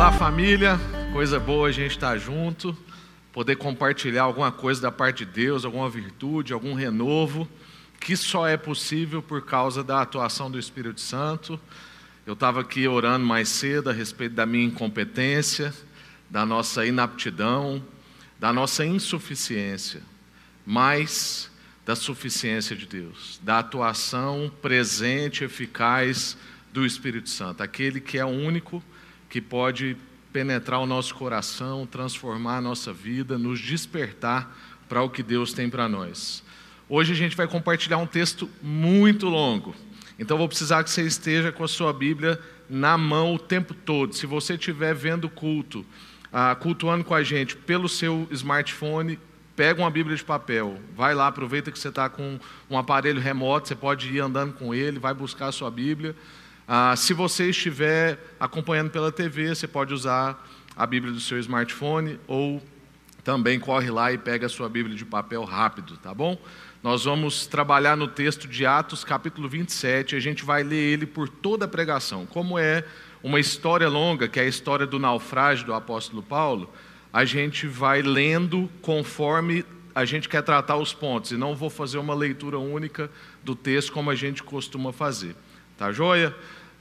Olá, família, coisa boa a gente estar junto, poder compartilhar alguma coisa da parte de Deus, alguma virtude, algum renovo, que só é possível por causa da atuação do Espírito Santo. Eu estava aqui orando mais cedo a respeito da minha incompetência, da nossa inaptidão, da nossa insuficiência, mas da suficiência de Deus, da atuação presente, eficaz do Espírito Santo, aquele que é o único que pode penetrar o nosso coração, transformar a nossa vida, nos despertar para o que Deus tem para nós. Hoje a gente vai compartilhar um texto muito longo, então vou precisar que você esteja com a sua Bíblia na mão o tempo todo. Se você estiver vendo o culto, cultuando com a gente pelo seu smartphone, pega uma Bíblia de papel, vai lá, aproveita que você está com um aparelho remoto, você pode ir andando com ele, vai buscar a sua Bíblia. Se você estiver acompanhando pela TV, você pode usar a Bíblia do seu smartphone ou também corre lá e pega a sua Bíblia de papel rápido, tá bom? Nós vamos trabalhar no texto de Atos, capítulo 27, e a gente vai ler ele por toda a pregação. Como é uma história longa, que é a história do naufrágio do apóstolo Paulo, a gente vai lendo conforme a gente quer tratar os pontos, e não vou fazer uma leitura única do texto como a gente costuma fazer. Tá joia?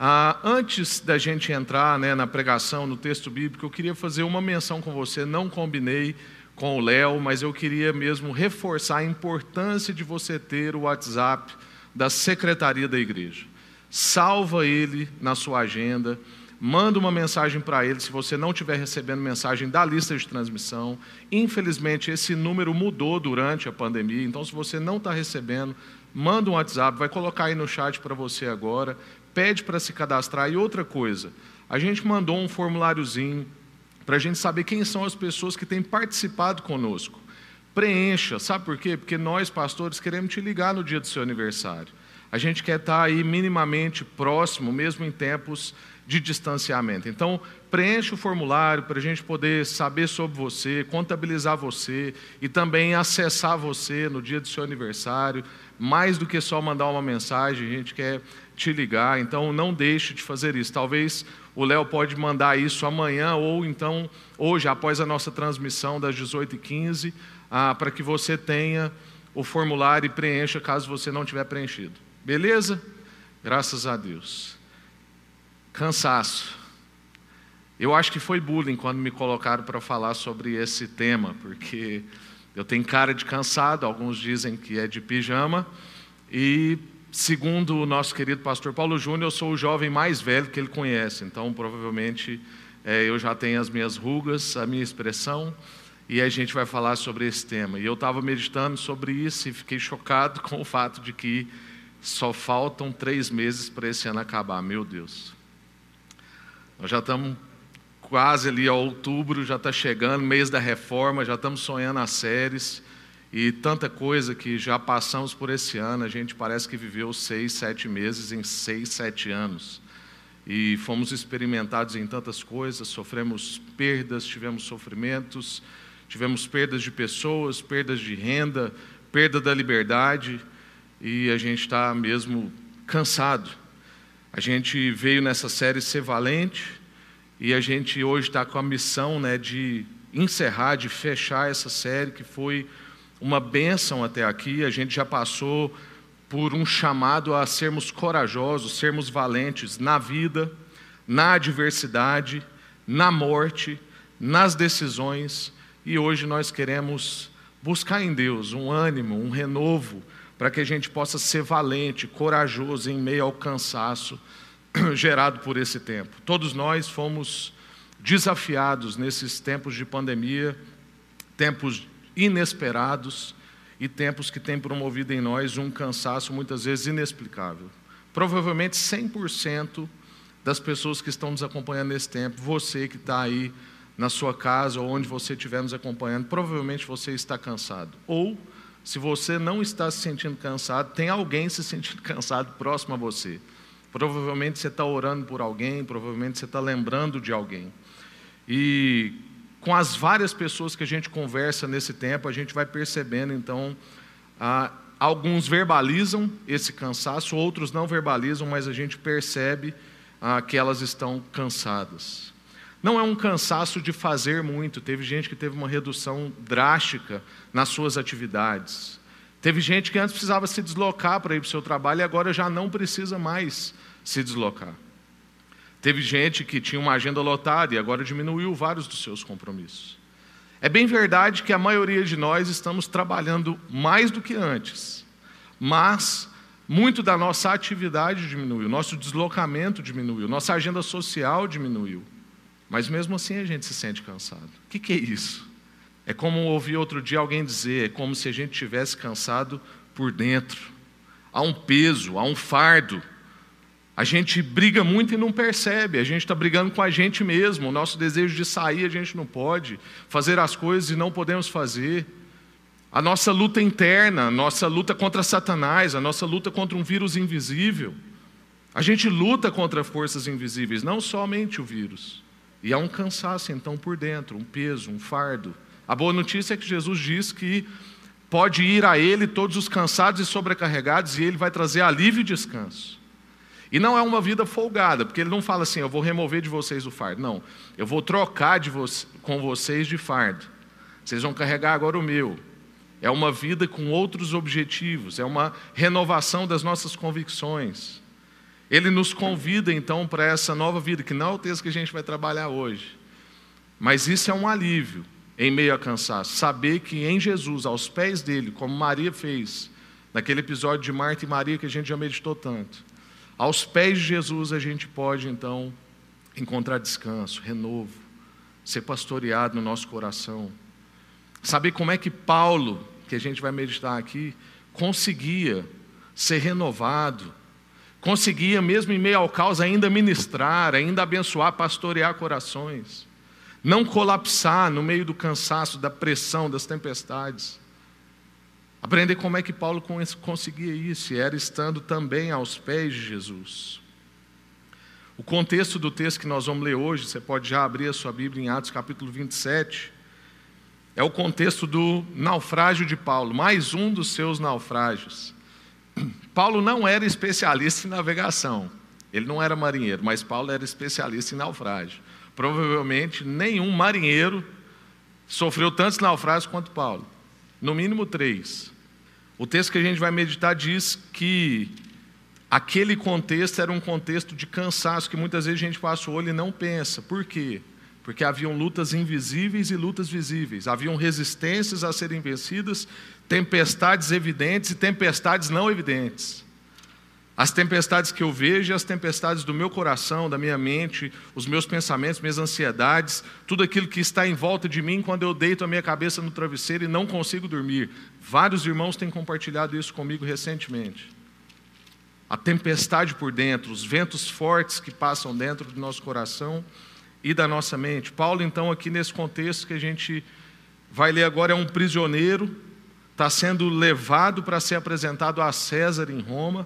Antes da gente entrar na pregação, no texto bíblico, eu queria fazer uma menção com você. Não combinei com o Léo, mas eu queria mesmo reforçar a importância de você ter o WhatsApp da secretaria da igreja. Salva ele na sua agenda, manda uma mensagem para ele se você não estiver recebendo mensagem da lista de transmissão. Infelizmente, esse número mudou durante a pandemia, então se você não está recebendo, manda um WhatsApp, vai colocar aí no chat para você agora, pede para se cadastrar. E outra coisa, a gente mandou um formuláriozinho para a gente saber quem são as pessoas que têm participado conosco. Preencha, sabe por quê? Porque nós, pastores, queremos te ligar no dia do seu aniversário. A gente quer estar aí minimamente próximo, mesmo em tempos de distanciamento. Então, preencha o formulário para a gente poder saber sobre você, contabilizar você e também acessar você no dia do seu aniversário. Mais do que só mandar uma mensagem, a gente quer te ligar, então não deixe de fazer isso. Talvez o Léo pode mandar isso amanhã ou então hoje, após a nossa transmissão das 18h15, para que você tenha o formulário e preencha caso você não tiver preenchido. Beleza? Graças a Deus. Cansaço. Eu acho que foi bullying quando me colocaram para falar sobre esse tema, porque eu tenho cara de cansado, alguns dizem que é de pijama, e segundo o nosso querido pastor Paulo Júnior, eu sou o jovem mais velho que ele conhece, então provavelmente eu já tenho as minhas rugas, a minha expressão, e a gente vai falar sobre esse tema. E eu estava meditando sobre isso e fiquei chocado com o fato de que só faltam 3 meses para esse ano acabar, meu Deus. Nós já estamos quase ali a outubro, já está chegando, mês da reforma, já estamos sonhando as séries e tanta coisa que já passamos por esse ano. A gente parece que viveu 6, 7 meses em 6, 7 anos e fomos experimentados em tantas coisas, sofremos perdas, tivemos sofrimentos, tivemos perdas de pessoas, perdas de renda, perda da liberdade e a gente está mesmo cansado. A gente veio nessa série Ser Valente e a gente hoje está com a missão de encerrar, de fechar essa série que foi uma bênção até aqui. A gente já passou por um chamado a sermos corajosos, sermos valentes na vida, na adversidade, na morte, nas decisões. E hoje nós queremos buscar em Deus um ânimo, um renovo, para que a gente possa ser valente, corajoso em meio ao cansaço gerado por esse tempo. Todos nós fomos desafiados nesses tempos de pandemia, tempos inesperados e tempos que têm promovido em nós um cansaço muitas vezes inexplicável. Provavelmente 100% das pessoas que estão nos acompanhando nesse tempo, você que está aí na sua casa ou onde você estiver nos acompanhando, provavelmente você está cansado. Ou, se você não está se sentindo cansado, tem alguém se sentindo cansado próximo a você. Provavelmente você está orando por alguém, provavelmente você está lembrando de alguém. E com as várias pessoas que a gente conversa nesse tempo, a gente vai percebendo, então, alguns verbalizam esse cansaço, outros não verbalizam, mas a gente percebe que elas estão cansadas. Não é um cansaço de fazer muito. Teve gente que teve uma redução drástica nas suas atividades. Teve gente que antes precisava se deslocar para ir para o seu trabalho e agora já não precisa mais se deslocar. Teve gente que tinha uma agenda lotada e agora diminuiu vários dos seus compromissos. É bem verdade que a maioria de nós estamos trabalhando mais do que antes, mas muito da nossa atividade diminuiu, nosso deslocamento diminuiu, nossa agenda social diminuiu. Mas mesmo assim a gente se sente cansado. O que é isso? É como ouvi outro dia alguém dizer, é como se a gente estivesse cansado por dentro. Há um peso, há um fardo. A gente briga muito e não percebe, a gente está brigando com a gente mesmo, o nosso desejo de sair a gente não pode, fazer as coisas e não podemos fazer. A nossa luta interna, a nossa luta contra Satanás, a nossa luta contra um vírus invisível. A gente luta contra forças invisíveis, não somente o vírus. E há um cansaço então por dentro, um peso, um fardo. A boa notícia é que Jesus diz que pode ir a Ele todos os cansados e sobrecarregados e Ele vai trazer alívio e descanso. E não é uma vida folgada, porque Ele não fala assim, eu vou remover de vocês o fardo. Não, eu vou trocar com vocês de fardo. Vocês vão carregar agora o meu. É uma vida com outros objetivos, é uma renovação das nossas convicções. Ele nos convida então para essa nova vida, que não é o texto que a gente vai trabalhar hoje. Mas isso é um alívio em meio a cansaço. Saber que em Jesus, aos pés dele, como Maria fez, naquele episódio de Marta e Maria que a gente já meditou tanto. Aos pés de Jesus a gente pode então encontrar descanso, renovo, ser pastoreado no nosso coração. Saber como é que Paulo, que a gente vai meditar aqui, conseguia ser renovado, conseguia mesmo em meio ao caos ainda ministrar, ainda abençoar, pastorear corações, não colapsar no meio do cansaço, da pressão, das tempestades. Aprender como é que Paulo conseguia isso, e era estando também aos pés de Jesus. O contexto do texto que nós vamos ler hoje, você pode já abrir a sua Bíblia em Atos capítulo 27, é o contexto do naufrágio de Paulo, mais um dos seus naufrágios. Paulo não era especialista em navegação, ele não era marinheiro, mas Paulo era especialista em naufrágio. Provavelmente nenhum marinheiro sofreu tantos naufrágios quanto Paulo. No mínimo 3. O texto que a gente vai meditar diz que aquele contexto era um contexto de cansaço, que muitas vezes a gente passa o olho e não pensa. Por quê? Porque haviam lutas invisíveis e lutas visíveis. Haviam resistências a serem vencidas, tempestades evidentes e tempestades não evidentes. As tempestades que eu vejo e as tempestades do meu coração, da minha mente, os meus pensamentos, minhas ansiedades, tudo aquilo que está em volta de mim quando eu deito a minha cabeça no travesseiro e não consigo dormir. Vários irmãos têm compartilhado isso comigo recentemente. A tempestade por dentro, os ventos fortes que passam dentro do nosso coração e da nossa mente. Paulo, então, aqui nesse contexto que a gente vai ler agora, é um prisioneiro, está sendo levado para ser apresentado a César em Roma.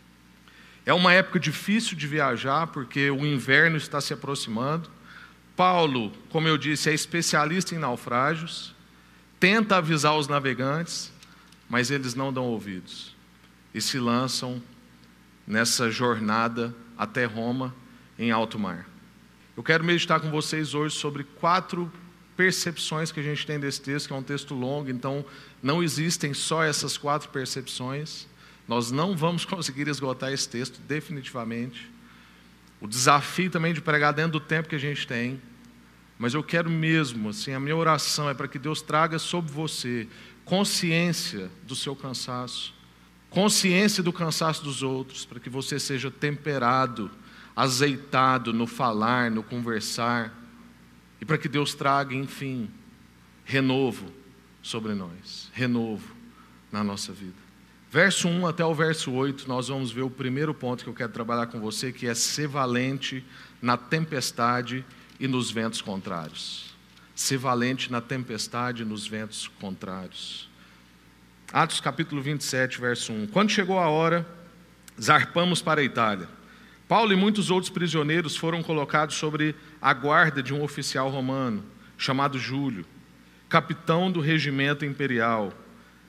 É uma época difícil de viajar, porque o inverno está se aproximando. Paulo, como eu disse, é especialista em naufrágios, tenta avisar os navegantes, mas eles não dão ouvidos. E se lançam nessa jornada até Roma, em alto mar. Eu quero meditar com vocês hoje sobre 4 percepções que a gente tem desse texto, que é um texto longo, então não existem só essas 4 percepções. Nós não vamos conseguir esgotar esse texto definitivamente. O desafio também de pregar dentro do tempo que a gente tem. Mas eu quero mesmo, assim, a minha oração é para que Deus traga sobre você consciência do seu cansaço, consciência do cansaço dos outros, para que você seja temperado, azeitado no falar, no conversar, e para que Deus traga, enfim, renovo sobre nós, renovo na nossa vida. Verso 1 até o verso 8, nós vamos ver o primeiro ponto que eu quero trabalhar com você, que é ser valente na tempestade e nos ventos contrários. Ser valente na tempestade e nos ventos contrários. Atos capítulo 27, verso 1. Quando chegou a hora, zarpamos para a Itália. Paulo e muitos outros prisioneiros foram colocados sobre a guarda de um oficial romano, chamado Júlio, capitão do regimento imperial.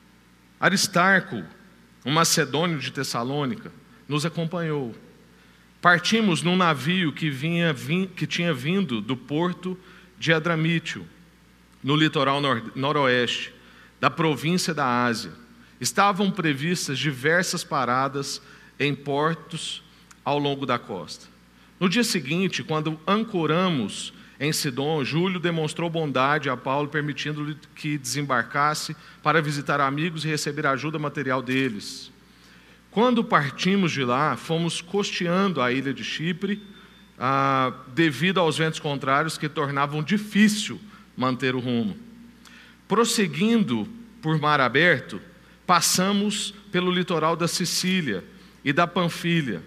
Aristarco, um macedônio de Tessalônica, nos acompanhou. Partimos num navio que tinha vindo do porto de Adramítio, no litoral noroeste da província da Ásia. Estavam previstas diversas paradas em portos ao longo da costa. No dia seguinte, quando ancoramos em Sidom, Júlio demonstrou bondade a Paulo, permitindo-lhe que desembarcasse para visitar amigos e receber ajuda material deles. Quando partimos de lá, fomos costeando a ilha de Chipre, devido aos ventos contrários que tornavam difícil manter o rumo. Prosseguindo por mar aberto, passamos pelo litoral da Sicília e da Panfilha,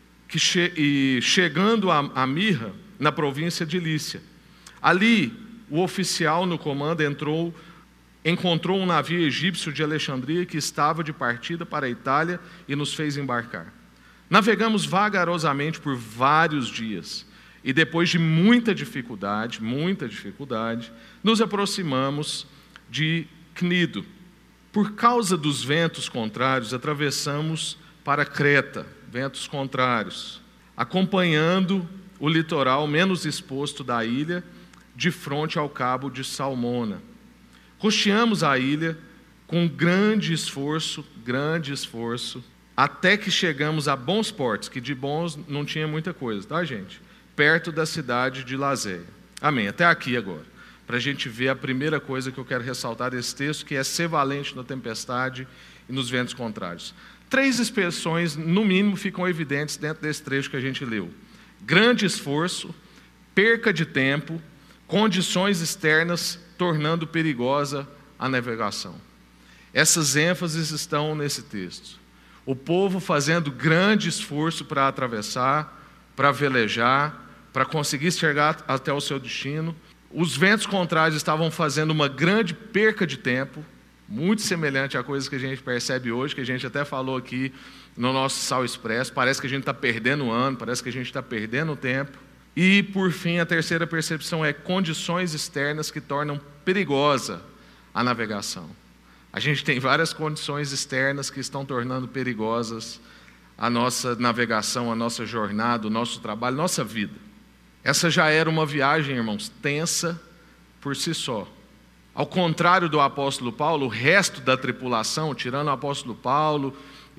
e chegando a Mirra, na província de Lícia. Ali, o oficial no comando encontrou um navio egípcio de Alexandria que estava de partida para a Itália e nos fez embarcar. Navegamos vagarosamente por vários dias e depois de muita dificuldade, nos aproximamos de Cnido. Por causa dos ventos contrários, atravessamos para Creta, ventos contrários, acompanhando o litoral menos exposto da ilha, de frente ao cabo de Salmona. Costeamos a ilha com grande esforço, até que chegamos a bons portos, que de bons não tinha muita coisa, tá, gente? Perto da cidade de Lazéia. Amém. Até aqui agora, para a gente ver a primeira coisa que eu quero ressaltar desse texto, que é ser valente na tempestade e nos ventos contrários. 3 expressões, no mínimo, ficam evidentes dentro desse trecho que a gente leu: grande esforço, perca de tempo, condições externas tornando perigosa a navegação. Essas ênfases estão nesse texto. O povo fazendo grande esforço para atravessar, para velejar, para conseguir chegar até o seu destino. Os ventos contrários estavam fazendo uma grande perca de tempo, muito semelhante a coisas que a gente percebe hoje, que a gente até falou aqui no nosso Sal Expresso. Parece que a gente está perdendo o ano, parece que a gente está perdendo o tempo. E, por fim, a terceira percepção é condições externas que tornam perigosa a navegação. A gente tem várias condições externas que estão tornando perigosas a nossa navegação, a nossa jornada, o nosso trabalho, nossa vida. Essa já era uma viagem, irmãos, tensa por si só. Ao contrário do apóstolo Paulo, o resto da tripulação, tirando o apóstolo Paulo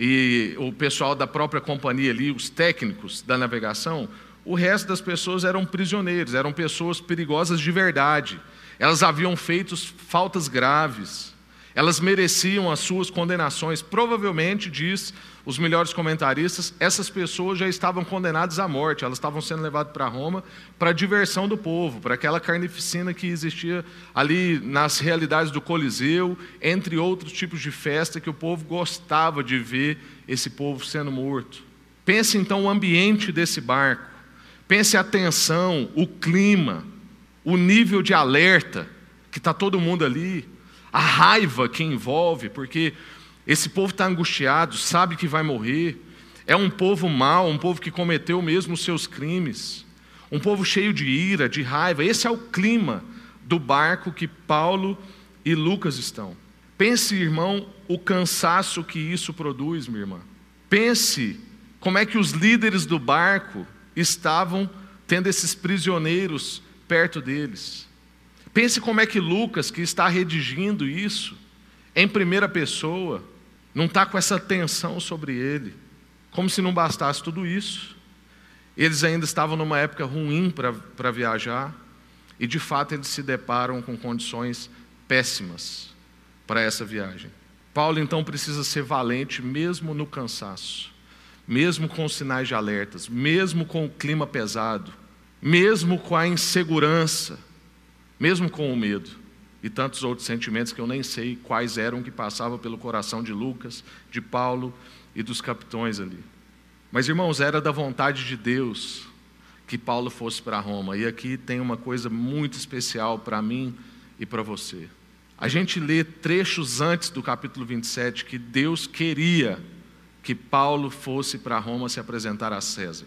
e o pessoal da própria companhia ali, os técnicos da navegação, o resto das pessoas eram prisioneiros, eram pessoas perigosas de verdade. Elas haviam feito faltas graves, elas mereciam as suas condenações. Provavelmente, diz os melhores comentaristas, essas pessoas já estavam condenadas à morte, elas estavam sendo levadas para Roma para a diversão do povo, para aquela carnificina que existia ali nas realidades do Coliseu, entre outros tipos de festa que o povo gostava de ver esse povo sendo morto. Pense então o ambiente desse barco, pense a tensão, o clima, o nível de alerta que está todo mundo ali, a raiva que envolve, porque esse povo está angustiado, sabe que vai morrer, é um povo mau, um povo que cometeu mesmo os seus crimes, um povo cheio de ira, de raiva. Esse é o clima do barco que Paulo e Lucas estão. Pense, irmão, o cansaço que isso produz, minha irmã. Pense como é que os líderes do barco estavam tendo esses prisioneiros perto deles. Pense como é que Lucas, que está redigindo isso em primeira pessoa, não está com essa tensão sobre ele. Como se não bastasse tudo isso, eles ainda estavam numa época ruim para viajar, e de fato eles se deparam com condições péssimas para essa viagem. Paulo então precisa ser valente mesmo no cansaço, mesmo com os sinais de alertas, mesmo com o clima pesado, mesmo com a insegurança, mesmo com o medo e tantos outros sentimentos que eu nem sei quais eram que passavam pelo coração de Lucas, de Paulo e dos capitães ali. Mas, irmãos, era da vontade de Deus que Paulo fosse para Roma. E aqui tem uma coisa muito especial para mim e para você. A gente lê trechos antes do capítulo 27 que Deus queria que Paulo fosse para Roma se apresentar a César.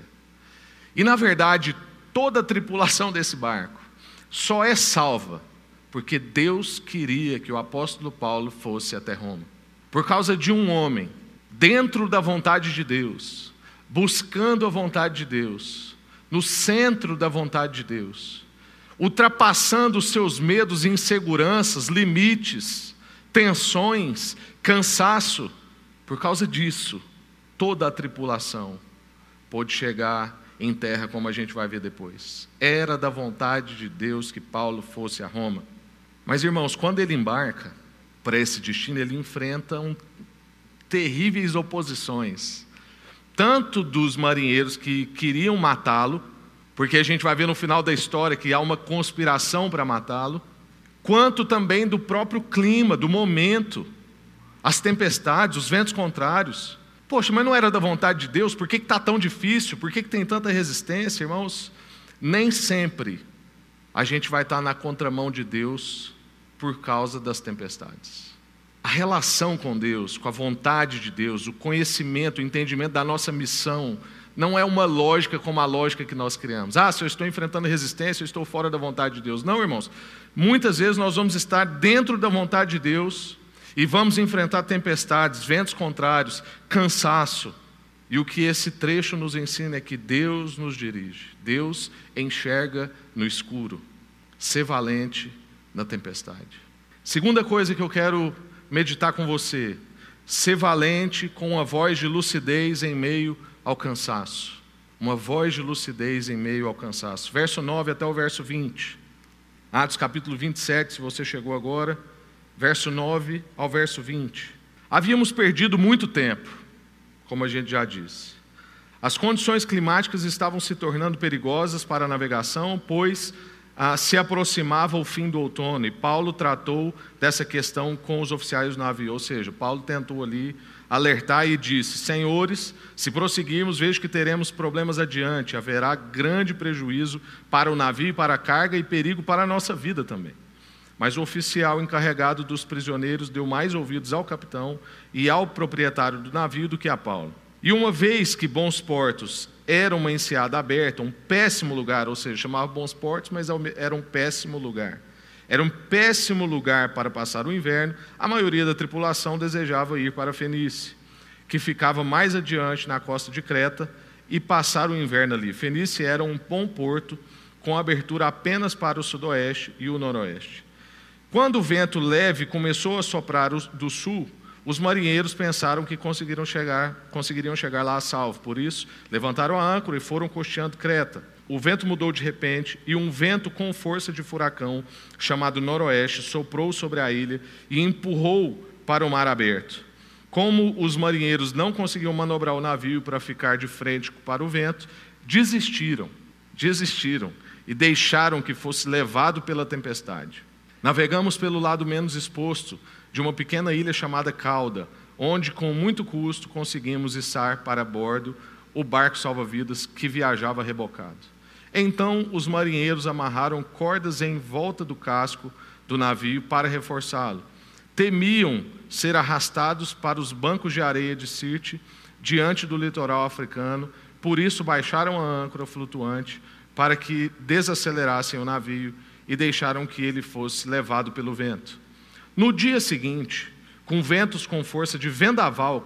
E, na verdade, toda a tripulação desse barco só é salva porque Deus queria que o apóstolo Paulo fosse até Roma. Por causa de um homem, dentro da vontade de Deus, buscando a vontade de Deus, no centro da vontade de Deus, ultrapassando os seus medos e inseguranças, limites, tensões, cansaço. Por causa disso, toda a tripulação pôde chegar em terra, como a gente vai ver depois. Era da vontade de Deus que Paulo fosse a Roma. Mas, irmãos, quando ele embarca para esse destino, ele enfrenta terríveis oposições, tanto dos marinheiros que queriam matá-lo, porque a gente vai ver no final da história que há uma conspiração para matá-lo, quanto também do próprio clima, do momento, as tempestades, os ventos contrários. Poxa, mas não era da vontade de Deus? Por que está tão difícil? Por que tem tanta resistência, irmãos? Nem sempre a gente vai estar na contramão de Deus por causa das tempestades. A relação com Deus, com a vontade de Deus, o conhecimento, o entendimento da nossa missão, não é uma lógica como a lógica que nós criamos. Se eu estou enfrentando resistência, eu estou fora da vontade de Deus. Não, irmãos. Muitas vezes nós vamos estar dentro da vontade de Deus e vamos enfrentar tempestades, ventos contrários, cansaço. E o que esse trecho nos ensina é que Deus nos dirige. Deus enxerga no escuro. Ser valente na tempestade. Segunda coisa que eu quero meditar com você: ser valente com uma voz de lucidez em meio ao cansaço. Uma voz de lucidez em meio ao cansaço. Verso 9 até o verso 20. Atos capítulo 27, se você chegou agora. Verso 9 ao verso 20. Havíamos perdido muito tempo, como a gente já disse. As condições climáticas estavam se tornando perigosas para a navegação, pois se aproximava o fim do outono, e Paulo tratou dessa questão com os oficiais do navio. Ou seja, Paulo tentou ali alertar e disse: senhores, se prosseguirmos, vejo que teremos problemas adiante, haverá grande prejuízo para o navio e para a carga, e perigo para a nossa vida também. Mas o oficial encarregado dos prisioneiros deu mais ouvidos ao capitão e ao proprietário do navio do que a Paulo. E uma vez que Bons Portos era uma enseada aberta, um péssimo lugar, ou seja, chamava Bons Portos, mas era um péssimo lugar. Era um péssimo lugar para passar o inverno. A maioria da tripulação desejava ir para Fenícia, que ficava mais adiante na costa de Creta, e passar o inverno ali. Fenícia era um bom porto, com abertura apenas para o sudoeste e o noroeste. Quando o vento leve começou a soprar do sul, os marinheiros pensaram que conseguiriam chegar lá a salvo. Por isso, levantaram a âncora e foram costeando Creta. O vento mudou de repente e um vento com força de furacão, chamado noroeste, soprou sobre a ilha e empurrou para o mar aberto. Como os marinheiros não conseguiam manobrar o navio para ficar de frente para o vento, desistiram e deixaram que fosse levado pela tempestade. Navegamos pelo lado menos exposto de uma pequena ilha chamada Cauda, onde com muito custo conseguimos içar para bordo o barco salva-vidas que viajava rebocado. Então os marinheiros amarraram cordas em volta do casco do navio para reforçá-lo. Temiam ser arrastados para os bancos de areia de Sirte, diante do litoral africano, por isso baixaram a âncora flutuante para que desacelerassem o navio e deixaram que ele fosse levado pelo vento. No dia seguinte, com ventos com força de vendaval,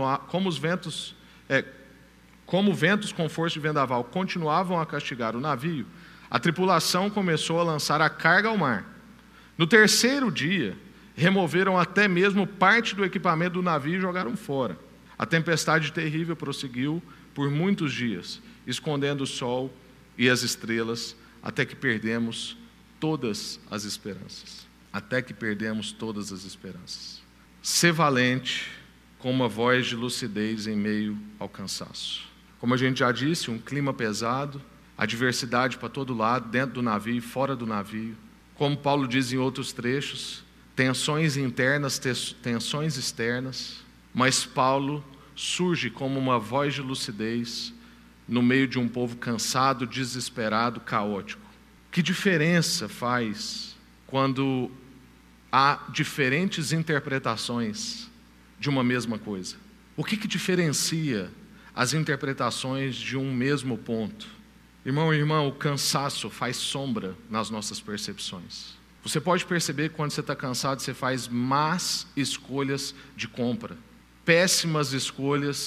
como ventos com força de vendaval continuavam a castigar o navio, a tripulação começou a lançar a carga ao mar. No terceiro dia, removeram até mesmo parte do equipamento do navio e jogaram fora. A tempestade terrível prosseguiu por muitos dias, escondendo o sol e as estrelas, até que perdemos todas as esperanças. Ser valente com uma voz de lucidez em meio ao cansaço. Como a gente já disse, um clima pesado, adversidade para todo lado, dentro do navio e fora do navio. Como Paulo diz em outros trechos, tensões internas, tensões externas, mas Paulo surge como uma voz de lucidez no meio de um povo cansado, desesperado, caótico. Que diferença faz quando há diferentes interpretações de uma mesma coisa? O que diferencia as interpretações de um mesmo ponto? Irmão e irmã, o cansaço faz sombra nas nossas percepções. Você pode perceber que quando você está cansado, você faz más escolhas de compra, péssimas escolhas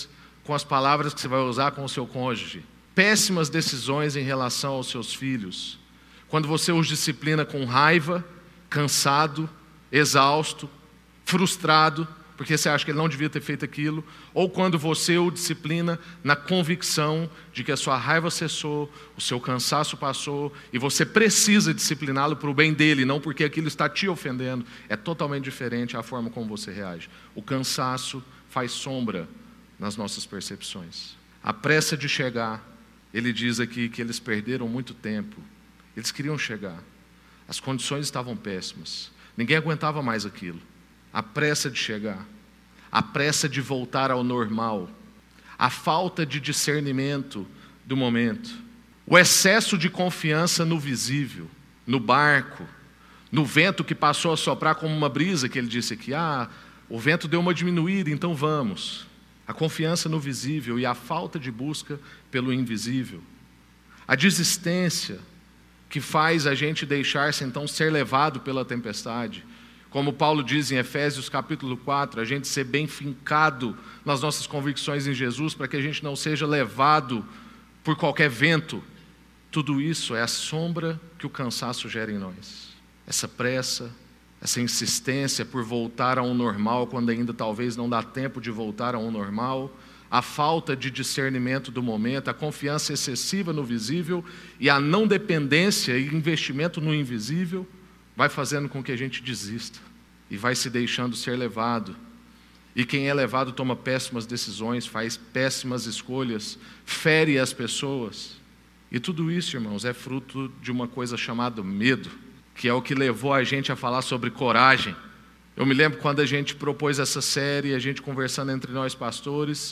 com as palavras que você vai usar com o seu cônjuge. Péssimas decisões em relação aos seus filhos. Quando você os disciplina com raiva, cansado, exausto, frustrado, porque você acha que ele não devia ter feito aquilo, ou quando você o disciplina na convicção de que a sua raiva cessou, o seu cansaço passou, e você precisa discipliná-lo para o bem dele, não porque aquilo está te ofendendo. É totalmente diferente a forma como você reage. O cansaço faz sombra nas nossas percepções. A pressa de chegar, ele diz aqui que eles perderam muito tempo. Eles queriam chegar. As condições estavam péssimas. Ninguém aguentava mais aquilo. A pressa de chegar, a pressa de voltar ao normal, a falta de discernimento do momento, o excesso de confiança no visível, no barco, no vento que passou a soprar como uma brisa, que ele disse aqui, o vento deu uma diminuída, então vamos. A confiança no visível e a falta de busca pelo invisível, a desistência que faz a gente deixar-se então ser levado pela tempestade. Como Paulo diz em Efésios capítulo 4, a gente ser bem fincado nas nossas convicções em Jesus, para que a gente não seja levado por qualquer vento. Tudo isso é a sombra que o cansaço gera em nós. Essa pressa, essa insistência por voltar a um normal, quando ainda talvez não dá tempo de voltar a um normal, a falta de discernimento do momento, a confiança excessiva no visível e a não dependência e investimento no invisível, vai fazendo com que a gente desista e vai se deixando ser levado. E quem é levado toma péssimas decisões, faz péssimas escolhas, fere as pessoas. E tudo isso, irmãos, é fruto de uma coisa chamada medo, que é o que levou a gente a falar sobre coragem. Eu me lembro quando a gente propôs essa série, a gente conversando entre nós pastores,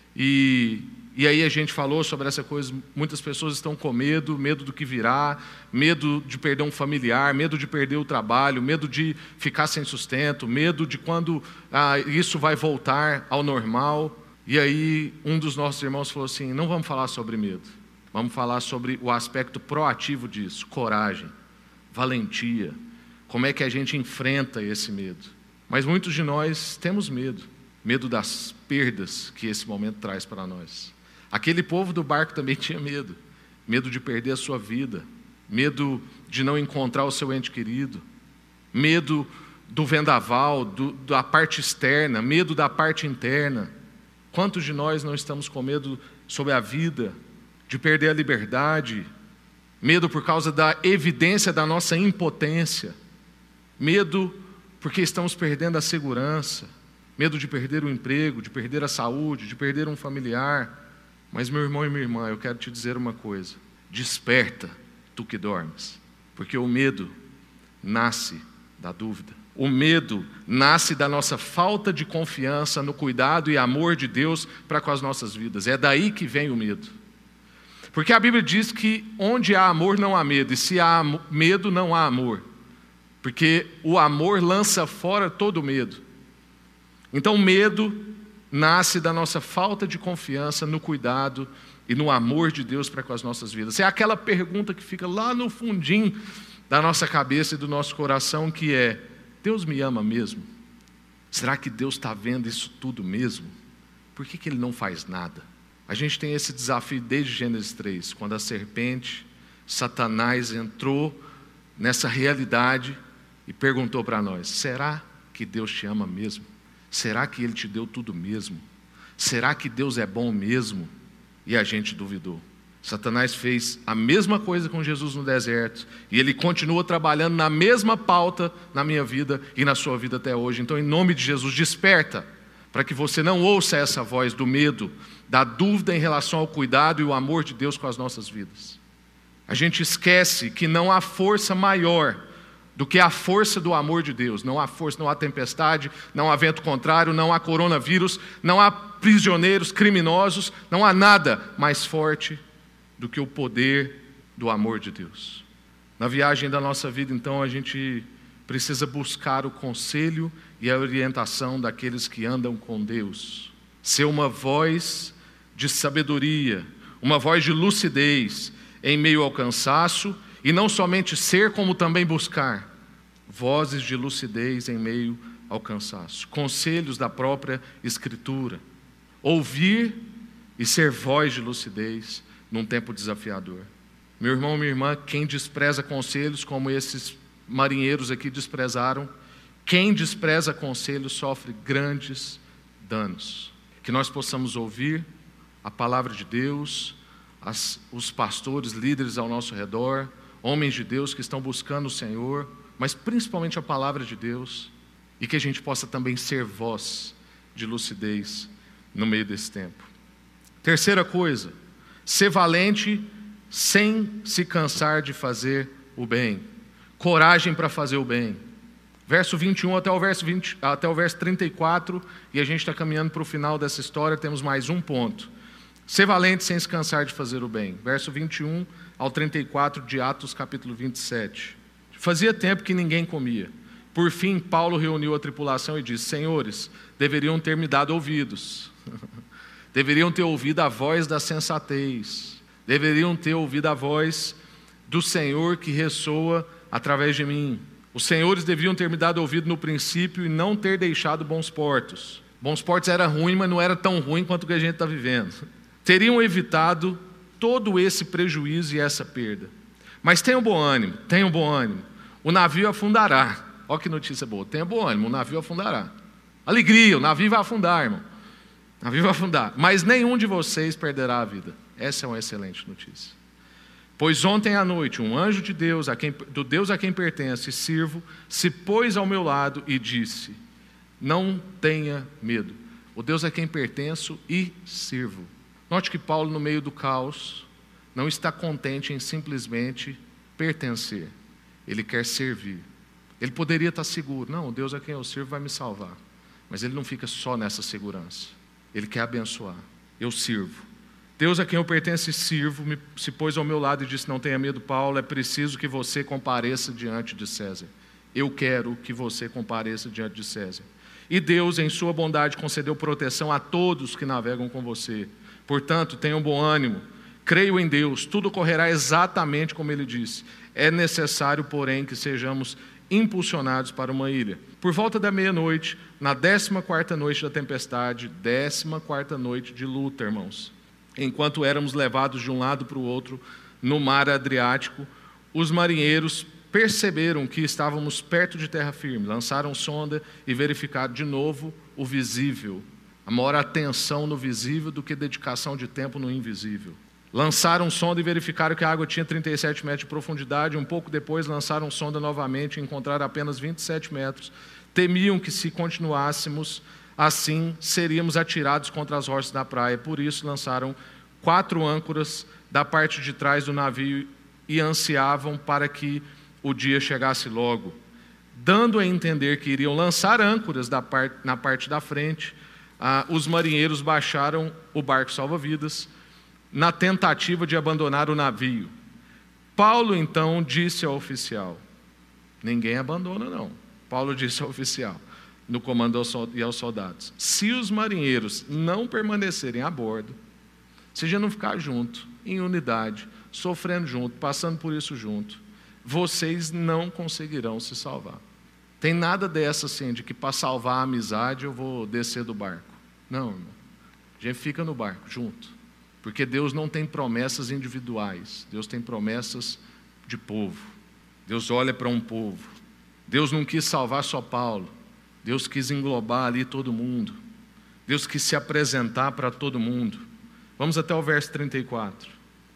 e aí a gente falou sobre essa coisa. Muitas pessoas estão com medo do que virá, medo de perder um familiar, medo de perder o trabalho, medo de ficar sem sustento, medo de quando isso vai voltar ao normal. E aí um dos nossos irmãos falou assim, não vamos falar sobre medo, vamos falar sobre o aspecto proativo disso, coragem, valentia, como é que a gente enfrenta esse medo. Mas muitos de nós temos medo das perdas que esse momento traz para nós. Aquele povo do barco também tinha medo de perder a sua vida, medo de não encontrar o seu ente querido, medo do vendaval, da parte externa, medo da parte interna. Quantos de nós não estamos com medo sobre a vida, de perder a liberdade, medo por causa da evidência da nossa impotência, medo porque estamos perdendo a segurança, medo de perder o emprego, de perder a saúde, de perder um familiar. Mas meu irmão e minha irmã, eu quero te dizer uma coisa, desperta, tu que dormes, porque o medo nasce da dúvida. O medo nasce da nossa falta de confiança no cuidado e amor de Deus para com as nossas vidas. É daí que vem o medo. Porque a Bíblia diz que onde há amor não há medo, e se há medo não há amor. Porque o amor lança fora todo medo. Então o medo nasce da nossa falta de confiança no cuidado e no amor de Deus para com as nossas vidas. É aquela pergunta que fica lá no fundinho da nossa cabeça e do nosso coração, que é: Deus me ama mesmo? Será que Deus está vendo isso tudo mesmo? Por que Ele não faz nada? A gente tem esse desafio desde Gênesis 3, quando a serpente, Satanás, entrou nessa realidade e perguntou para nós: será que Deus te ama mesmo? Será que Ele te deu tudo mesmo? Será que Deus é bom mesmo? E a gente duvidou. Satanás fez a mesma coisa com Jesus no deserto, e ele continua trabalhando na mesma pauta na minha vida e na sua vida até hoje. Então, em nome de Jesus, desperta, para que você não ouça essa voz do medo, da dúvida em relação ao cuidado e o amor de Deus com as nossas vidas. A gente esquece que não há força maior do que a força do amor de Deus. Não há força, não há tempestade, não há vento contrário, não há coronavírus, não há prisioneiros, criminosos, não há nada mais forte do que o poder do amor de Deus. Na viagem da nossa vida, então, a gente precisa buscar o conselho e a orientação daqueles que andam com Deus. Ser uma voz de sabedoria, uma voz de lucidez em meio ao cansaço, e não somente ser, como também buscar vozes de lucidez em meio ao cansaço. Conselhos da própria Escritura. Ouvir e ser voz de lucidez num tempo desafiador. Meu irmão, minha irmã, quem despreza conselhos como esses marinheiros aqui desprezaram, quem despreza conselhos sofre grandes danos. Que nós possamos ouvir a palavra de Deus, os pastores, líderes ao nosso redor, homens de Deus que estão buscando o Senhor, mas principalmente a palavra de Deus, e que a gente possa também ser voz de lucidez no meio desse tempo. Terceira coisa, ser valente sem se cansar de fazer o bem. Coragem para fazer o bem. Verso 21 até o verso 34, e a gente está caminhando para o final dessa história, temos mais um ponto. Ser valente sem se cansar de fazer o bem. Verso 21 ao 34 de Atos capítulo 27. Fazia tempo que ninguém comia. Por fim, Paulo reuniu a tripulação e disse: Senhores, deveriam ter me dado ouvidos. Deveriam ter ouvido a voz da sensatez. Deveriam ter ouvido a voz do Senhor que ressoa através de mim. Os senhores deveriam ter me dado ouvido no princípio e não ter deixado bons portos. Bons portos era ruim, mas não era tão ruim quanto o que a gente está vivendo. Teriam evitado todo esse prejuízo e essa perda. Mas tenham bom ânimo, tenham bom ânimo. O navio afundará. Olha que notícia boa. Tenha bom ânimo, o navio afundará. Alegria, o navio vai afundar, irmão. O navio vai afundar. Mas nenhum de vocês perderá a vida. Essa é uma excelente notícia. Pois ontem à noite um anjo de Deus, do Deus a quem pertenço e sirvo, se pôs ao meu lado e disse: não tenha medo. O Deus a quem pertenço e sirvo. Note que Paulo, no meio do caos, não está contente em simplesmente pertencer. Ele quer servir. Ele poderia estar seguro. Não, o Deus a quem eu sirvo vai me salvar. Mas ele não fica só nessa segurança. Ele quer abençoar. Eu sirvo. Deus a quem eu pertenço e sirvo se pôs ao meu lado e disse: não tenha medo, Paulo, é preciso que você compareça diante de César. Eu quero que você compareça diante de César. E Deus, em sua bondade, concedeu proteção a todos que navegam com você. Portanto, tenham bom ânimo, creio em Deus, tudo correrá exatamente como Ele disse. É necessário, porém, que sejamos impulsionados para uma ilha. Por volta da meia-noite, na 14ª noite da tempestade, 14ª noite de luta, irmãos, enquanto éramos levados de um lado para o outro no mar Adriático, os marinheiros perceberam que estávamos perto de terra firme, lançaram sonda e verificaram de novo o visível. Há maior atenção no visível do que dedicação de tempo no invisível. Lançaram sonda e verificaram que a água tinha 37 metros de profundidade. Um pouco depois lançaram sonda novamente e encontraram apenas 27 metros. Temiam que se continuássemos assim, seríamos atirados contra as rochas da praia. Por isso lançaram 4 âncoras da parte de trás do navio e ansiavam para que o dia chegasse logo. Dando a entender que iriam lançar âncoras na parte da frente, os marinheiros baixaram o barco salva-vidas na tentativa de abandonar o navio. Paulo então disse ao oficial: ninguém abandona não. Paulo disse ao oficial, no comando e aos soldados: se os marinheiros não permanecerem a bordo, se a gente não ficar junto, em unidade, sofrendo junto, passando por isso junto, vocês não conseguirão se salvar. Tem nada dessa assim, de que para salvar a amizade eu vou descer do barco. Não, irmão. A gente fica no barco, junto. Porque Deus não tem promessas individuais. Deus tem promessas de povo. Deus olha para um povo. Deus não quis salvar só Paulo. Deus quis englobar ali todo mundo. Deus quis se apresentar para todo mundo. Vamos até o verso 34.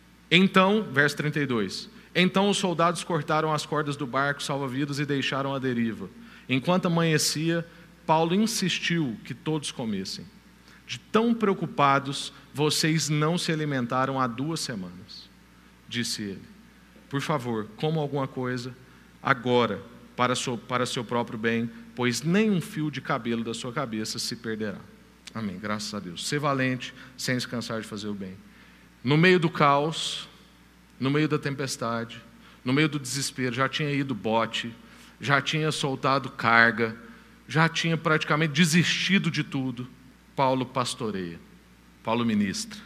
Então, verso 32. Então os soldados cortaram as cordas do barco salva-vidas e deixaram a deriva. Enquanto amanhecia, Paulo insistiu que todos comessem. De tão preocupados, vocês não se alimentaram há 2 semanas, disse ele. Por favor, comam alguma coisa agora para seu próprio bem, pois nenhum fio de cabelo da sua cabeça se perderá. Amém, graças a Deus. Ser valente sem se cansar de fazer o bem. No meio do caos, no meio da tempestade, no meio do desespero, já tinha ido bote, já tinha soltado carga, já tinha praticamente desistido de tudo. Paulo pastoreia, Paulo ministra.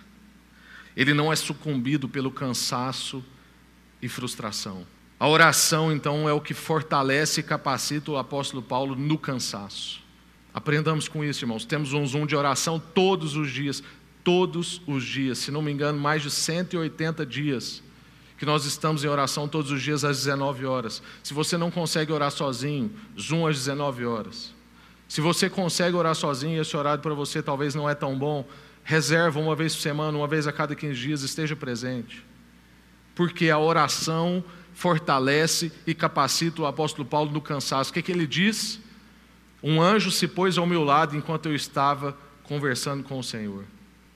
Ele não é sucumbido pelo cansaço e frustração. A oração, então, é o que fortalece e capacita o apóstolo Paulo no cansaço. Aprendamos com isso, irmãos. Temos um zoom de oração todos os dias. todos os dias. Se não me engano, mais de 180 dias que nós estamos em oração todos os dias às 19 horas. Se você não consegue orar sozinho, Zoom às 19 horas. Se você consegue orar sozinho e esse horário para você talvez não é tão bom, reserva uma vez por semana, uma vez a cada 15 dias, esteja presente. Porque a oração fortalece e capacita o apóstolo Paulo no cansaço. O que ele diz? Um anjo se pôs ao meu lado enquanto eu estava conversando com o Senhor.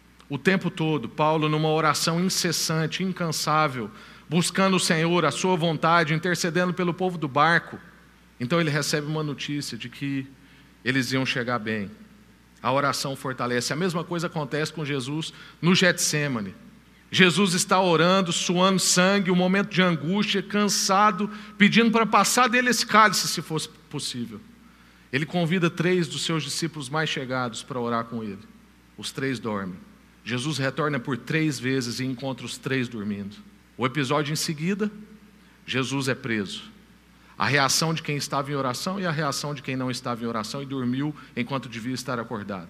O tempo todo, Paulo numa oração incessante, incansável, buscando o Senhor, a sua vontade, intercedendo pelo povo do barco. Então ele recebe uma notícia de que eles iam chegar bem. A oração fortalece. A mesma coisa acontece com Jesus no Getsêmani. Jesus está orando, suando sangue, um momento de angústia, cansado, pedindo para passar dele esse cálice, se fosse possível. Ele convida 3 dos seus discípulos mais chegados para orar com ele. Os 3 dormem. Jesus retorna por 3 vezes e encontra os 3 dormindo. O episódio em seguida, Jesus é preso. A reação de quem estava em oração e a reação de quem não estava em oração e dormiu enquanto devia estar acordado.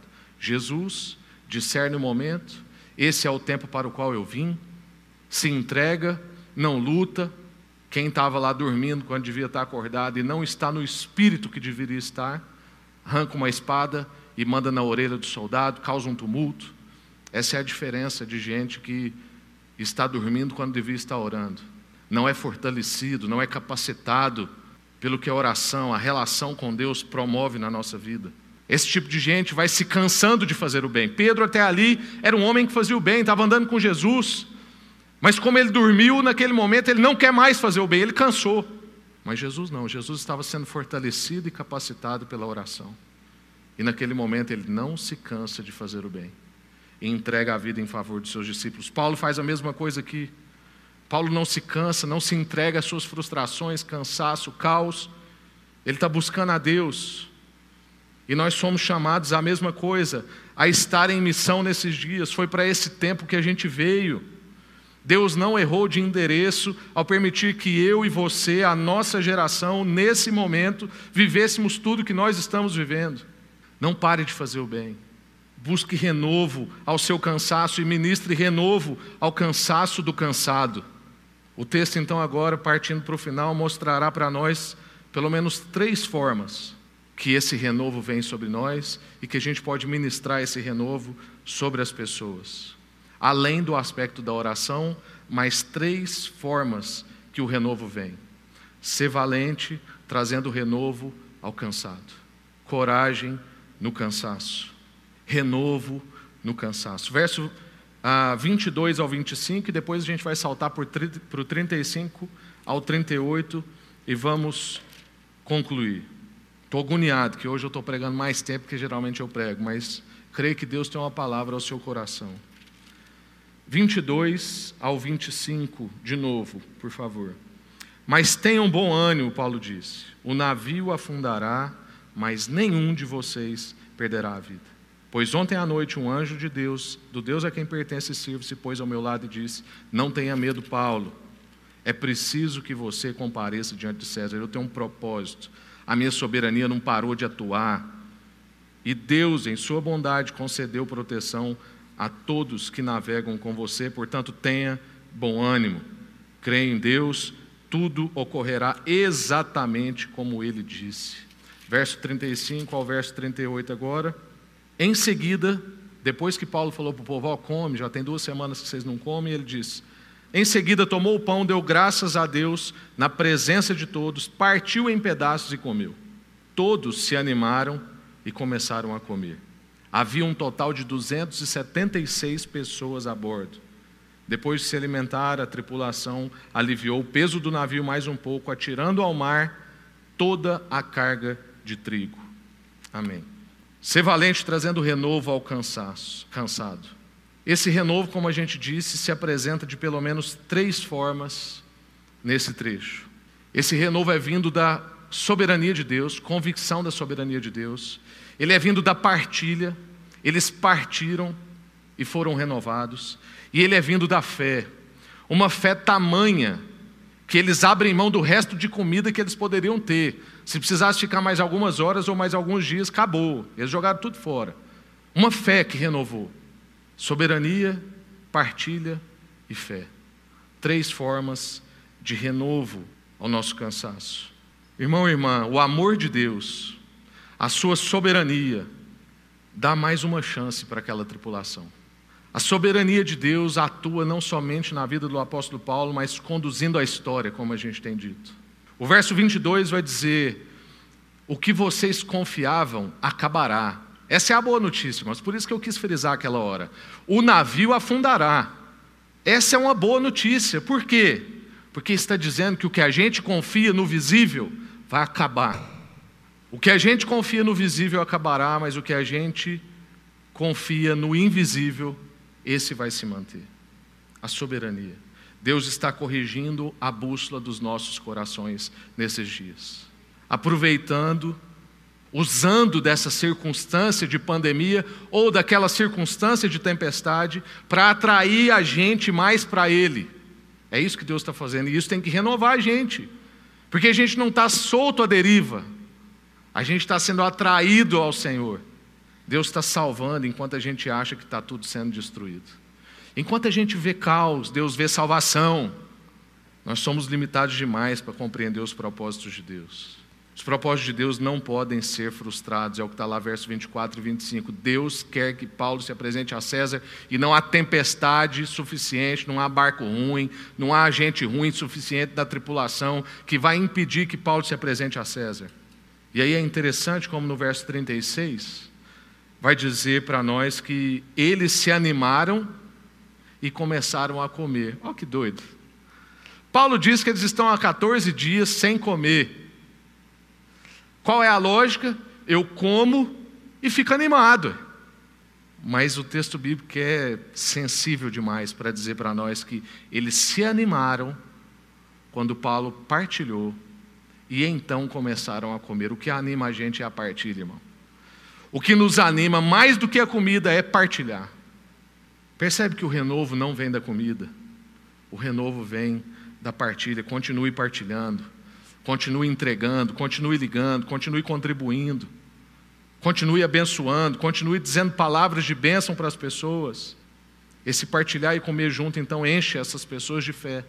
Jesus discerne o momento, esse é o tempo para o qual eu vim, se entrega, não luta. Quem estava lá dormindo quando devia estar acordado e não está no espírito que deveria estar, arranca uma espada e manda na orelha do soldado, causa um tumulto. Essa é a diferença de gente que está dormindo quando devia estar orando. Não é fortalecido, não é capacitado pelo que a oração, a relação com Deus promove na nossa vida. Esse tipo de gente vai se cansando de fazer o bem. Pedro até ali era um homem que fazia o bem, estava andando com Jesus. Mas como ele dormiu naquele momento, ele não quer mais fazer o bem, ele cansou. Mas Jesus não, Jesus estava sendo fortalecido e capacitado pela oração. E naquele momento ele não se cansa de fazer o bem. E entrega a vida em favor dos seus discípulos. Paulo faz a mesma coisa aqui. Paulo não se cansa, não se entrega às suas frustrações, cansaço, caos. Ele está buscando a Deus. E nós somos chamados à mesma coisa, a estar em missão nesses dias. Foi para esse tempo que a gente veio. Deus não errou de endereço ao permitir que eu e você, a nossa geração, nesse momento, vivêssemos tudo que nós estamos vivendo. Não pare de fazer o bem. Busque renovo ao seu cansaço e ministre renovo ao cansaço do cansado. O texto então agora, partindo para o final, mostrará para nós pelo menos 3 formas que esse renovo vem sobre nós e que a gente pode ministrar esse renovo sobre as pessoas. Além do aspecto da oração, mais 3 formas que o renovo vem. Ser valente, trazendo renovo ao cansado. Coragem no cansaço. Renovo no cansaço. Verso 22 ao 25, e depois a gente vai saltar para o 35 ao 38 e vamos concluir. Estou agoniado, que hoje eu estou pregando mais tempo que geralmente eu prego, mas creio que Deus tem uma palavra ao seu coração. 22 ao 25, de novo, por favor. Mas tenham bom ânimo, Paulo disse. O navio afundará, mas nenhum de vocês perderá a vida. Pois ontem à noite um anjo de Deus, do Deus a quem pertence e sirvo, se pôs ao meu lado e disse: não tenha medo, Paulo. É preciso que você compareça diante de César. Eu tenho um propósito. A minha soberania não parou de atuar. E Deus, em sua bondade, concedeu proteção a todos que navegam com você. Portanto, tenha bom ânimo. Creia em Deus, tudo ocorrerá exatamente como Ele disse. Verso 35 ao verso 38 agora. Em seguida, depois que Paulo falou para o povo: ó, come, já tem 2 semanas que vocês não comem, ele disse: em seguida tomou o pão, deu graças a Deus na presença de todos, partiu em pedaços e comeu. Todos se animaram e começaram a comer. Havia um total de 276 pessoas a bordo. Depois de se alimentar, a tripulação aliviou o peso do navio mais um pouco, atirando ao mar toda a carga de trigo. Amém. Ser valente trazendo renovo ao cansado. Esse renovo, como a gente disse, se apresenta de pelo menos 3 formas nesse trecho. Esse renovo é vindo da soberania de Deus, convicção da soberania de Deus. Ele é vindo da partilha, eles partiram e foram renovados. E ele é vindo da fé, uma fé tamanha que eles abrem mão do resto de comida que eles poderiam ter. Se precisasse ficar mais algumas horas ou mais alguns dias, acabou. Eles jogaram tudo fora. Uma fé que renovou. Soberania, partilha e fé. 3 formas de renovo ao nosso cansaço. Irmão e irmã, o amor de Deus, a sua soberania, dá mais uma chance para aquela tripulação. A soberania de Deus atua não somente na vida do apóstolo Paulo, mas conduzindo a história, como a gente tem dito. O verso 22 vai dizer: o que vocês confiavam acabará. Essa é a boa notícia, mas por isso que eu quis frisar aquela hora. O navio afundará. Essa é uma boa notícia. Por quê? Porque está dizendo que o que a gente confia no visível vai acabar. O que a gente confia no visível acabará, mas o que a gente confia no invisível, esse vai se manter. A soberania. Deus está corrigindo a bússola dos nossos corações nesses dias. Aproveitando, usando dessa circunstância de pandemia ou daquela circunstância de tempestade para atrair a gente mais para Ele. É isso que Deus está fazendo, e isso tem que renovar a gente, porque a gente não está solto à deriva, a gente está sendo atraído ao Senhor. Deus está salvando enquanto a gente acha que está tudo sendo destruído. Enquanto a gente vê caos, Deus vê salvação. Nós somos limitados demais para compreender os propósitos de Deus. Os propósitos de Deus não podem ser frustrados, é o que está lá, verso 24 e 25. Deus quer que Paulo se apresente a César e não há tempestade suficiente, não há barco ruim, não há gente ruim suficiente da tripulação que vai impedir que Paulo se apresente a César. E aí é interessante como no verso 36 vai dizer para nós que eles se animaram e começaram a comer. Olha que doido. Paulo diz que eles estão há 14 dias sem comer. Qual é a lógica? Eu como e fico animado. Mas o texto bíblico é sensível demais para dizer para nós que eles se animaram quando Paulo partilhou e então começaram a comer. O que anima a gente é a partilha, irmão. O que nos anima mais do que a comida é partilhar. Percebe que o renovo não vem da comida. O renovo vem da partilha. Continue partilhando. Continue entregando, continue ligando, continue contribuindo, continue abençoando, continue dizendo palavras de bênção para as pessoas. Esse partilhar e comer junto, então, enche essas pessoas de fé.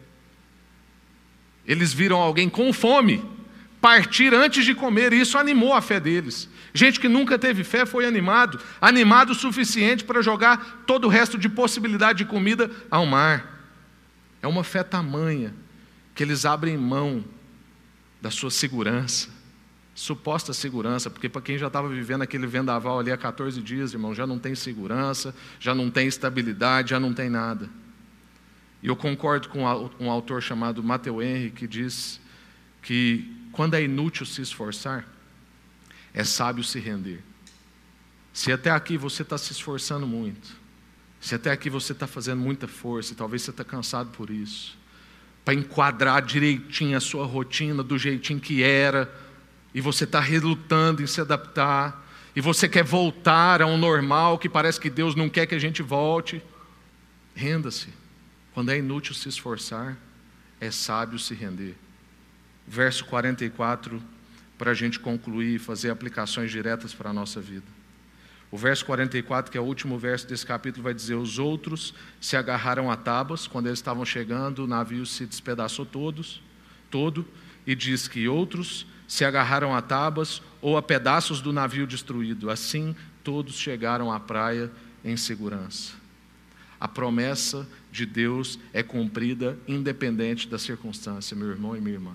Eles viram alguém com fome partir antes de comer, e isso animou a fé deles. Gente que nunca teve fé foi animado o suficiente para jogar todo o resto de possibilidade de comida ao mar. É uma fé tamanha que eles abrem mão da sua segurança, suposta segurança, porque para quem já estava vivendo aquele vendaval ali há 14 dias, irmão, já não tem segurança, já não tem estabilidade, já não tem nada. E eu concordo com um autor chamado Matthew Henry, que diz que quando é inútil se esforçar, é sábio se render. Se até aqui você está se esforçando muito, se até aqui você está fazendo muita força, e talvez você está cansado por isso, para enquadrar direitinho a sua rotina do jeitinho que era, e você está relutando em se adaptar, e você quer voltar ao normal, que parece que Deus não quer que a gente volte, renda-se. Quando é inútil se esforçar, é sábio se render. Verso 44, para a gente concluir e fazer aplicações diretas para a nossa vida. O verso 44, que é o último verso desse capítulo, vai dizer: os outros se agarraram a tábuas. Quando eles estavam chegando, o navio se despedaçou todo, e diz que outros se agarraram a tábuas ou a pedaços do navio destruído. Assim, todos chegaram à praia em segurança. A promessa de Deus é cumprida independente da circunstância, meu irmão e minha irmã.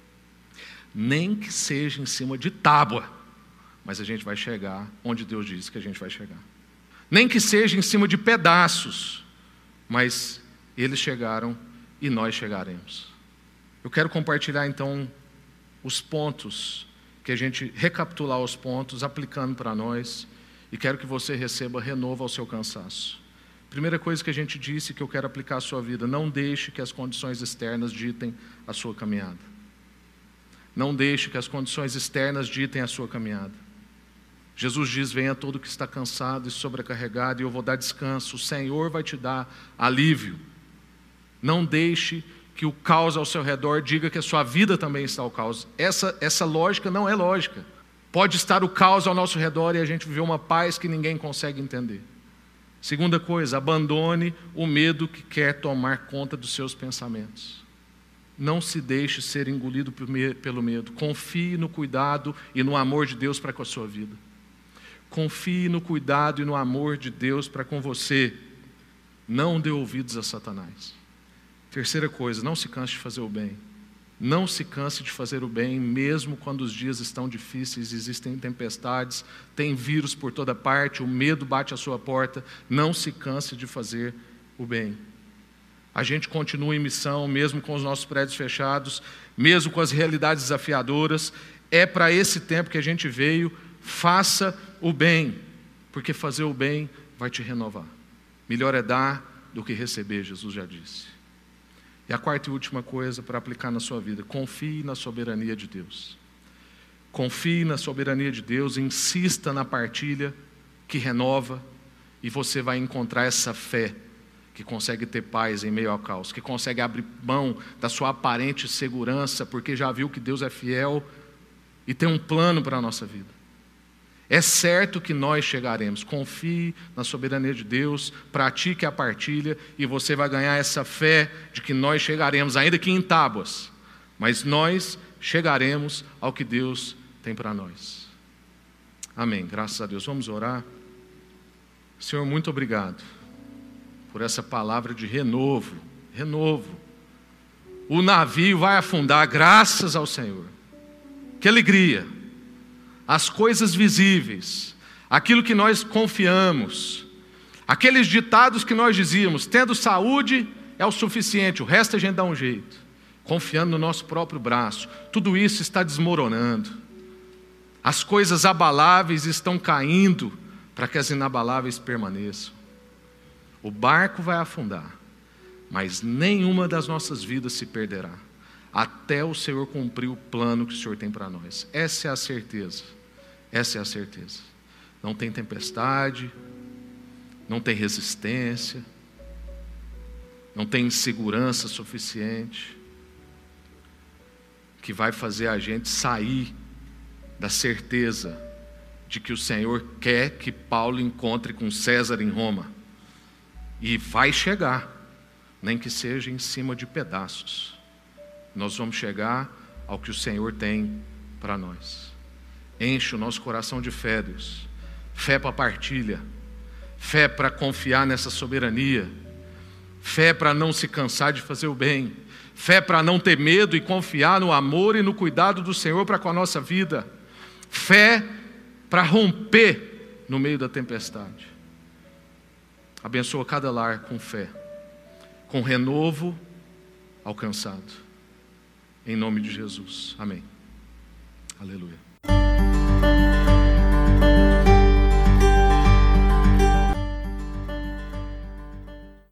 Nem que seja em cima de tábua, mas a gente vai chegar onde Deus disse que a gente vai chegar. Nem que seja em cima de pedaços, mas eles chegaram e nós chegaremos. Eu quero compartilhar então os pontos, que a gente recapitular os pontos, aplicando para nós, e quero que você receba renovo ao seu cansaço. Primeira coisa que a gente disse que eu quero aplicar à sua vida: não deixe que as condições externas ditem a sua caminhada. Não deixe que as condições externas ditem a sua caminhada. Jesus diz: venha todo que está cansado e sobrecarregado, e eu vou dar descanso. O Senhor vai te dar alívio. Não deixe que o caos ao seu redor diga que a sua vida também está ao caos. Essa lógica não é lógica. Pode estar o caos ao nosso redor e a gente viver uma paz que ninguém consegue entender. Segunda coisa, abandone o medo que quer tomar conta dos seus pensamentos. Não se deixe ser engolido pelo medo. Confie no cuidado e no amor de Deus para com a sua vida. Confie no cuidado e no amor de Deus para com você. Não dê ouvidos a Satanás. Terceira coisa, não se canse de fazer o bem. Não se canse de fazer o bem, mesmo quando os dias estão difíceis, existem tempestades, tem vírus por toda parte, o medo bate à sua porta. Não se canse de fazer o bem. A gente continua em missão, mesmo com os nossos prédios fechados, mesmo com as realidades desafiadoras. É para esse tempo que a gente veio. Faça o bem, porque fazer o bem vai te renovar. Melhor é dar do que receber, Jesus já disse. E a quarta e última coisa para aplicar na sua vida: confie na soberania de Deus. Confie na soberania de Deus, insista na partilha que renova, e você vai encontrar essa fé que consegue ter paz em meio ao caos, que consegue abrir mão da sua aparente segurança, porque já viu que Deus é fiel e tem um plano para a nossa vida. É certo que nós chegaremos. Confie na soberania de Deus, pratique a partilha e você vai ganhar essa fé de que nós chegaremos, ainda que em tábuas, mas nós chegaremos ao que Deus tem para nós. Amém. Graças a Deus. Vamos orar. Senhor, muito obrigado por essa palavra de renovo. Renovo. O navio vai afundar, graças ao Senhor. Que alegria. As coisas visíveis, aquilo que nós confiamos, aqueles ditados que nós dizíamos: tendo saúde é o suficiente, o resto a gente dá um jeito, confiando no nosso próprio braço. Tudo isso está desmoronando. As coisas abaláveis estão caindo para que as inabaláveis permaneçam. O barco vai afundar, mas nenhuma das nossas vidas se perderá, até o Senhor cumprir o plano que o Senhor tem para nós. Essa é a certeza. Essa é a certeza. Não tem tempestade, não tem resistência, não tem insegurança suficiente que vai fazer a gente sair da certeza de que o Senhor quer que Paulo encontre com César em Roma. E vai chegar, nem que seja em cima de pedaços. Nós vamos chegar ao que o Senhor tem para nós. Enche o nosso coração de fé, Deus. Fé para partilha. Fé para confiar nessa soberania. Fé para não se cansar de fazer o bem. Fé para não ter medo e confiar no amor e no cuidado do Senhor para com a nossa vida. Fé para romper no meio da tempestade. Abençoa cada lar com fé, com renovo alcançado. Em nome de Jesus. Amém. Aleluia.